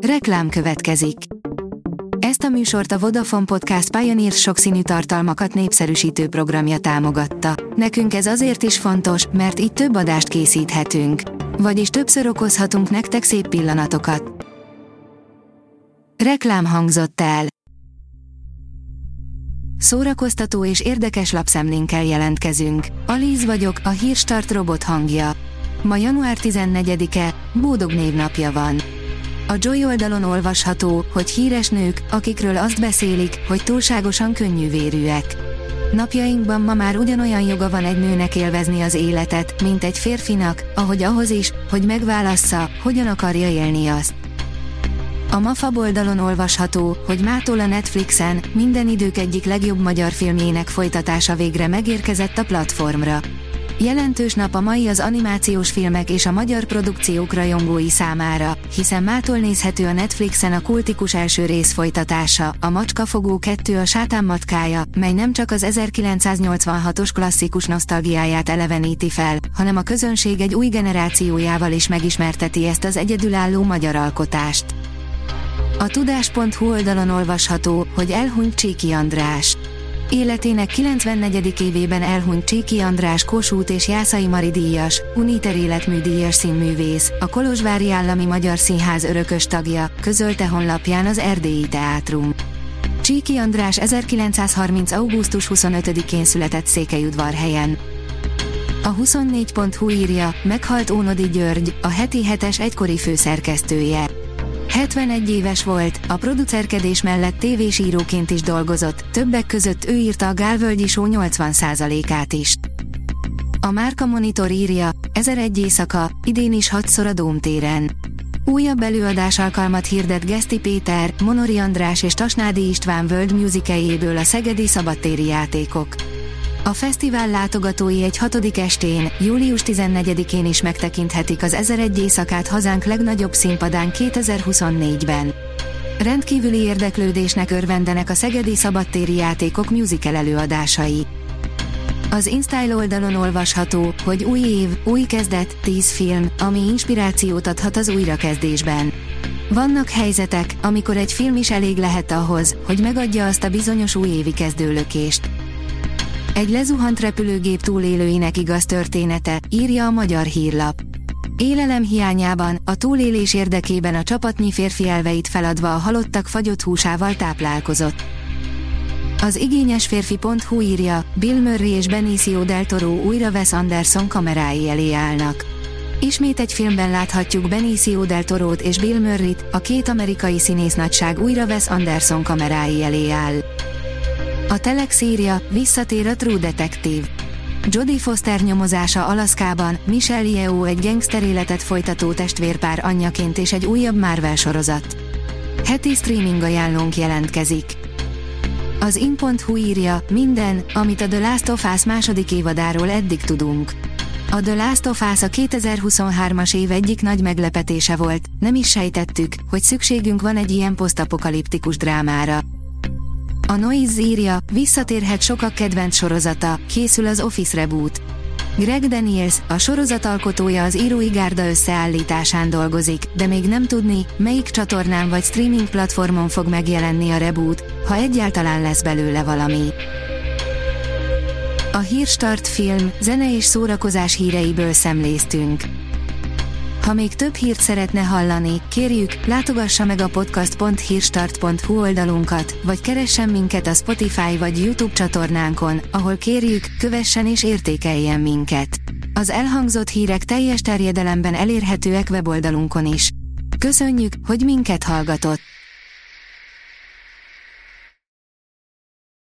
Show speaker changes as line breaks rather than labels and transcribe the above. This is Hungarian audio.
Reklám következik. Ezt a műsort a Vodafone Podcast Pioneer sokszínű tartalmakat népszerűsítő programja támogatta. Nekünk ez azért is fontos, mert így több adást készíthetünk. Vagyis többször okozhatunk nektek szép pillanatokat. Reklám hangzott el. Szórakoztató és érdekes lapszemlénkkel jelentkezünk. Alíz vagyok, a Hírstart robot hangja. Ma január 14-e, Bódog névnapja van. A Joy oldalon olvasható, hogy híres nők, akikről azt beszélik, hogy túlságosan könnyűvérűek. Napjainkban ma már ugyanolyan joga van egy nőnek élvezni az életet, mint egy férfinak, ahogy ahhoz is, hogy megválassza, hogyan akarja élni azt. A Mafab oldalon olvasható, hogy mától a Netflixen minden idők egyik legjobb magyar filmjének folytatása végre megérkezett a platformra. Jelentős nap a mai az animációs filmek és a magyar produkciók rajongói számára, hiszen mától nézhető a Netflixen a kultikus első rész folytatása, a Macskafogó 2 a sátán matkája, mely nem csak az 1986-os klasszikus nosztalgiáját eleveníti fel, hanem a közönség egy új generációjával is megismerteti ezt az egyedülálló magyar alkotást. A tudás.hu oldalon olvasható, hogy elhunyt Csíky András. Életének 94. évében elhunyt Csíky András Kossuth és Jászai Mari díjas, Uniter életműdíjas színművész, a Kolozsvári Állami Magyar Színház örökös tagja, közölte honlapján az Erdélyi Teátrum. Csíky András 1930. augusztus 25-én született Székelyudvarhelyen. A 24.hu írja, meghalt Ónodi György, a Heti 7-es egykori főszerkesztője. 71 éves volt, a producerkedés mellett tévés íróként is dolgozott, többek között ő írta a Gálvölgyi Show 80%-át is. A Márka Monitor írja, 1001 éjszaka, idén is 6-szor a Dómtéren. Újabb előadásalkalmat hirdet Geszti Péter, Monori András és Tasnádi István World Musicaljéből a szegedi szabadtéri játékok. A fesztivál látogatói egy 6. estén, július 14-én is megtekinthetik az 1001 éjszakát hazánk legnagyobb színpadán 2024-ben. Rendkívüli érdeklődésnek örvendenek a szegedi szabadtéri játékok musical előadásai. Az InStyle oldalon olvasható, hogy új év, új kezdet, 10 film, ami inspirációt adhat az újrakezdésben. Vannak helyzetek, amikor egy film is elég lehet ahhoz, hogy megadja azt a bizonyos újévi kezdőlökést. Egy lezuhant repülőgép túlélőinek igaz története, írja a Magyar Hírlap. Élelem hiányában, a túlélés érdekében a csapatnyi férfi elveit feladva a halottak fagyott húsával táplálkozott. Az igényesférfi.hu írja, Bill Murray és Benicio del Toro újra Wes Anderson kamerái elé állnak. Ismét egy filmben láthatjuk Benicio del Torót és Bill Murrayt, a két amerikai színésznagyság újra Wes Anderson kamerái elé áll. A Telex írja, visszatér a True Detective. Jodie Foster nyomozása Alaszkában, Michelle Yeoh egy gangsteréletet folytató testvérpár anyjaként és egy újabb Marvel sorozat. Heti streaming ajánlónk jelentkezik. Az in.hu írja, minden, amit a The Last of Us második évadáról eddig tudunk. A The Last of Us a 2023-as év egyik nagy meglepetése volt, nem is sejtettük, hogy szükségünk van egy ilyen posztapokaliptikus drámára. A Noise írja, visszatérhet sokak kedvenc sorozata, készül az Office reboot. Greg Daniels, a sorozat alkotója az írói gárda összeállításán dolgozik, de még nem tudni, melyik csatornán vagy streaming platformon fog megjelenni a reboot, ha egyáltalán lesz belőle valami. A Hírstart film, zene és szórakozás híreiből szemléztünk. Ha még több hírt szeretne hallani, kérjük, látogassa meg a podcast.hírstart.hu oldalunkat, vagy keressen minket a Spotify vagy YouTube csatornánkon, ahol kérjük, kövessen és értékeljen minket. Az elhangzott hírek teljes terjedelemben elérhetőek weboldalunkon is. Köszönjük, hogy minket hallgatott!